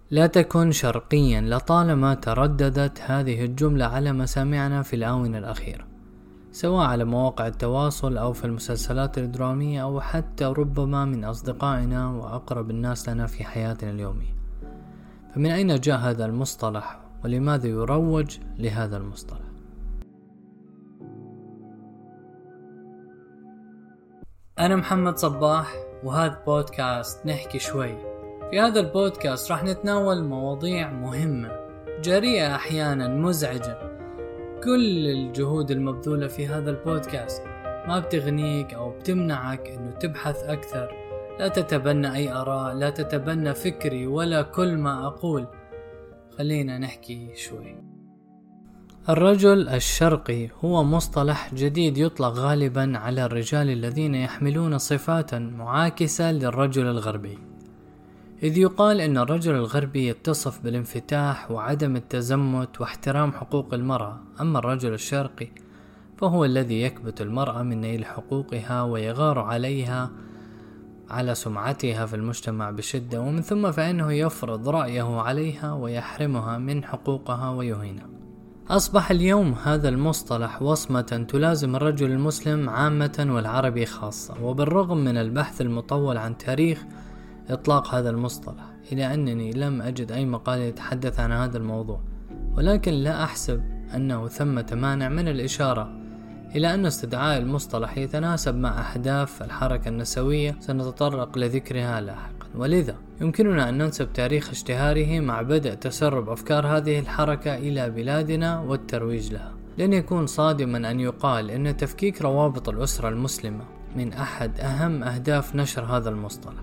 لا تكن شرقيا. لطالما ترددت هذه الجملة على مسامعنا في الآونة الأخيرة، سواء على مواقع التواصل أو في المسلسلات الدرامية أو حتى ربما من أصدقائنا وأقرب الناس لنا في حياتنا اليومية. فمن أين جاء هذا المصطلح ولماذا يروج لهذا المصطلح؟ أنا محمد صباح وهذا بودكاست نحكي شوي. في هذا البودكاست راح نتناول مواضيع مهمة، جريئة أحيانا، مزعجة. كل الجهود المبذولة في هذا البودكاست ما بتغنيك أو بتمنعك أنه تبحث أكثر. لا تتبنى أي آراء، لا تتبنى فكري ولا كل ما أقول. خلينا نحكي شوي. الرجل الشرقي هو مصطلح جديد يطلق غالبا على الرجال الذين يحملون صفات معاكسة للرجل الغربي، إذ يقال أن الرجل الغربي يتصف بالانفتاح وعدم التزمت واحترام حقوق المرأة، أما الرجل الشرقي فهو الذي يكبت المرأة من نيل حقوقها ويغار عليها على سمعتها في المجتمع بشدة، ومن ثم فإنه يفرض رأيه عليها ويحرمها من حقوقها ويهينها. أصبح اليوم هذا المصطلح وصمة تلازم الرجل المسلم عامة والعربي خاصة، وبالرغم من البحث المطول عن تاريخ إطلاق هذا المصطلح، إلى أنني لم أجد أي مقال يتحدث عن هذا الموضوع، ولكن لا أحسب أنه ثمة مانع من الإشارة إلى أن استدعاء المصطلح يتناسب مع أهداف الحركة النسوية سنتطرق لذكرها لاحقا، ولذا يمكننا أن ننسب تاريخ اشتهاره مع بدء تسرب أفكار هذه الحركة إلى بلادنا والترويج لها. لن يكون صادما أن يقال أن تفكيك روابط الأسرة المسلمة من أحد أهم أهداف نشر هذا المصطلح،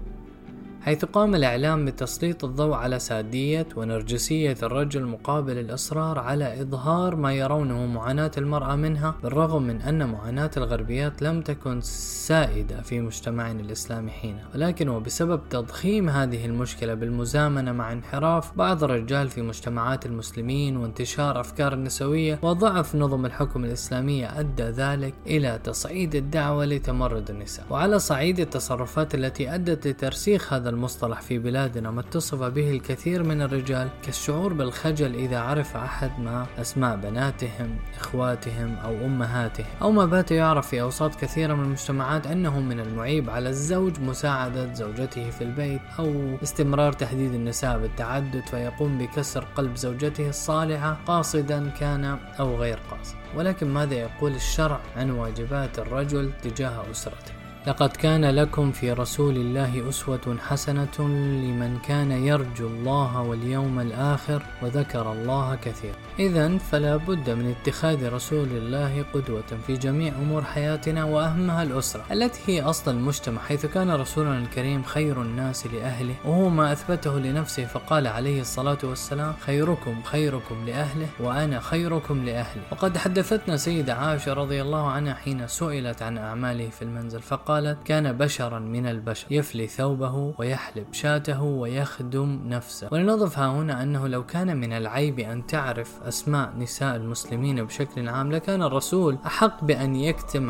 حيث قام الإعلام بتسليط الضوء على سادية ونرجسية الرجل مقابل الإصرار على إظهار ما يرونه معاناة المرأة منها، بالرغم من أن معاناة الغربيات لم تكن سائدة في مجتمعنا الإسلامي حينها، ولكن وبسبب تضخيم هذه المشكلة بالمزامنة مع انحراف بعض الرجال في مجتمعات المسلمين وانتشار أفكار النسوية وضعف نظم الحكم الإسلامية أدى ذلك إلى تصعيد الدعوة لتمرد النساء. وعلى صعيد التصرفات التي أدت لترسيخ هذا المصطلح في بلادنا ما اتصف به الكثير من الرجال، كالشعور بالخجل إذا عرف أحد ما أسماء بناتهم، إخواتهم أو أمهاتهم، أو ما بات يعرف في أوساط كثيرة من المجتمعات أنه من المعيب على الزوج مساعدة زوجته في البيت، أو استمرار تهديد النساء بالتعدد فيقوم بكسر قلب زوجته الصالحة قاصدا كان أو غير قاصد. ولكن ماذا يقول الشرع عن واجبات الرجل تجاه أسرته؟ لقد كان لكم في رسول الله أسوة حسنة لمن كان يرجو الله واليوم الآخر وذكر الله كثيرا. إذن فلا بد من اتخاذ رسول الله قدوة في جميع أمور حياتنا، وأهمها الأسرة التي هي أصل المجتمع، حيث كان رسولنا الكريم خير الناس لأهله، وهو ما أثبته لنفسه فقال عليه الصلاة والسلام: خيركم خيركم لأهله وأنا خيركم لأهلي. وقد حدثتنا سيدة عائشة رضي الله عنها حين سئلت عن أعماله في المنزل فقالت: كان بشرا من البشر يفلي ثوبه ويحلب شاته ويخدم نفسه. ولنضف هنا أنه لو كان من العيب أن تعرف أسماء نساء المسلمين بشكل عام لكان الرسول أحق بأن يكتم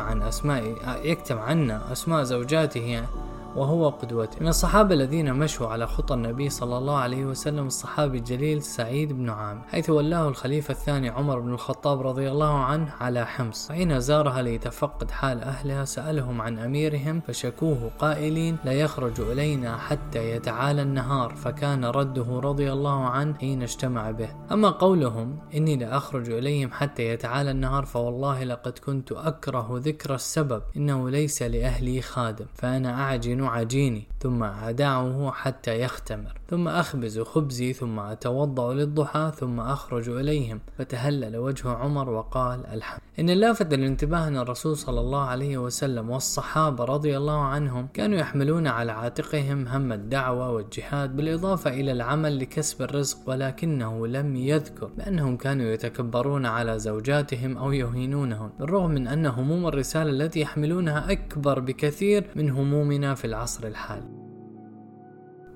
عنا أسماء زوجاته وهو قدوته. من الصحابة الذين مشوا على خطى النبي صلى الله عليه وسلم الصحابي الجليل سعيد بن عامر، حيث ولاه الخليفة الثاني عمر بن الخطاب رضي الله عنه على حمص، وحين زارها ليتفقد حال أهلها سألهم عن أميرهم فشكوه قائلين: لا يخرج إلينا حتى يتعالى النهار، فكان رده رضي الله عنه حين اجتمع به. أما قولهم: إني لا أخرج إليهم حتى يتعالى النهار، فوالله لقد كنت أكره ذكر السبب، إنه ليس لأهلي خادم، فأنا أعجن عجيني ثم أدعه حتى يختمر، ثم أخبز خبزي، ثم أتوضأ للضحى، ثم أخرج إليهم. فتهلل وجه عمر وقال: الحمد. إن اللافت للانتباه أن الرسول صلى الله عليه وسلم والصحابة رضي الله عنهم كانوا يحملون على عاتقهم هم الدعوة والجهاد بالإضافة إلى العمل لكسب الرزق، ولكنه لم يذكر بأنهم كانوا يتكبرون على زوجاتهم أو يهينونهم، بالرغم من أن هموم الرسالة التي يحملونها أكبر بكثير من همومنا في العصر الحالي.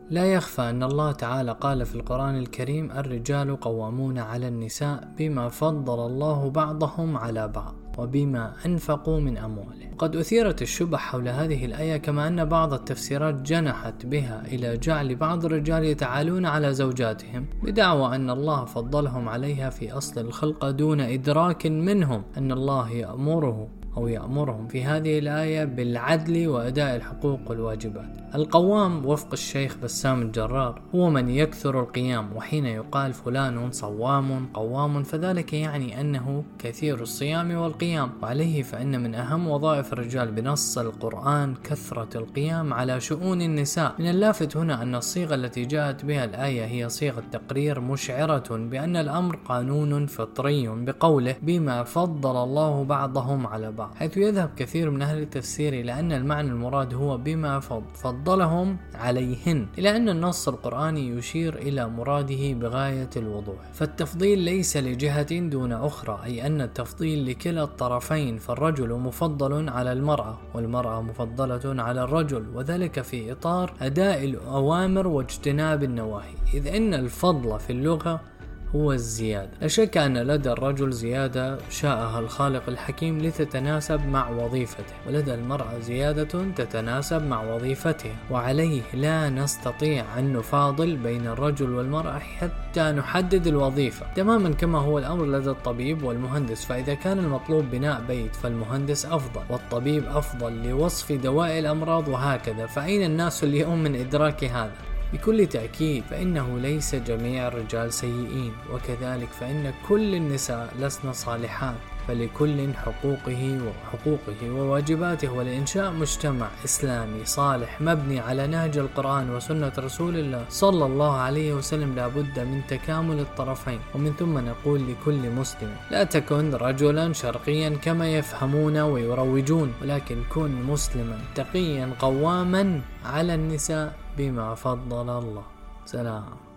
لا يخفى أن الله تعالى قال في القرآن الكريم: الرجال قوامون على النساء بما فضل الله بعضهم على بعض وبما أنفقوا من أموالهم. قد أثيرت الشبه حول هذه الآية، كما أن بعض التفسيرات جنحت بها إلى جعل بعض الرجال يتعالون على زوجاتهم بدعوى أن الله فضلهم عليها في أصل الخلقة دون إدراك منهم أن الله يأمرهم في هذه الآية بالعدل وأداء الحقوق والواجبات. القوام وفق الشيخ بسام الجرار هو من يكثر القيام، وحين يقال فلان صوام قوام فذلك يعني أنه كثير الصيام والقيام، وعليه فإن من أهم وظائف الرجال بنص القرآن كثرة القيام على شؤون النساء. من اللافت هنا أن الصيغة التي جاءت بها الآية هي صيغة تقرير مشعرة بأن الأمر قانون فطري بقوله: بما فضل الله بعضهم على بعض، حيث يذهب كثير من أهل التفسير إلى أن المعنى المراد هو بما فضلهم عليهن، إلى أن النص القرآني يشير إلى مراده بغاية الوضوح. فالتفضيل ليس لجهة دون أخرى، أي أن التفضيل لكلا الطرفين، فالرجل مفضل على المرأة والمرأة مفضلة على الرجل، وذلك في إطار أداء الأوامر واجتناب النواهي، إذ أن الفضل في اللغة هو الزيادة. لا شك أن لدى الرجل زيادة شاءها الخالق الحكيم لتتناسب مع وظيفته، ولدى المرأة زيادة تتناسب مع وظيفتها، وعليه لا نستطيع أن نفاضل بين الرجل والمرأة حتى نحدد الوظيفة، تماما كما هو الأمر لدى الطبيب والمهندس. فإذا كان المطلوب بناء بيت فالمهندس أفضل والطبيب أفضل لوصف دواء الأمراض، وهكذا. فأين الناس اليوم من إدراك هذا؟ بكل تأكيد فإنه ليس جميع الرجال سيئين، وكذلك فإن كل النساء لسن صالحات، فلكل حقوقه وواجباته. ولإنشاء مجتمع إسلامي صالح مبني على نهج القرآن وسنة رسول الله صلى الله عليه وسلم لابد من تكامل الطرفين. ومن ثم نقول لكل مسلم: لا تكن رجلا شرقيا كما يفهمون ويروجون، ولكن كن مسلما تقيا قواما على النساء بما فضل الله. سلام.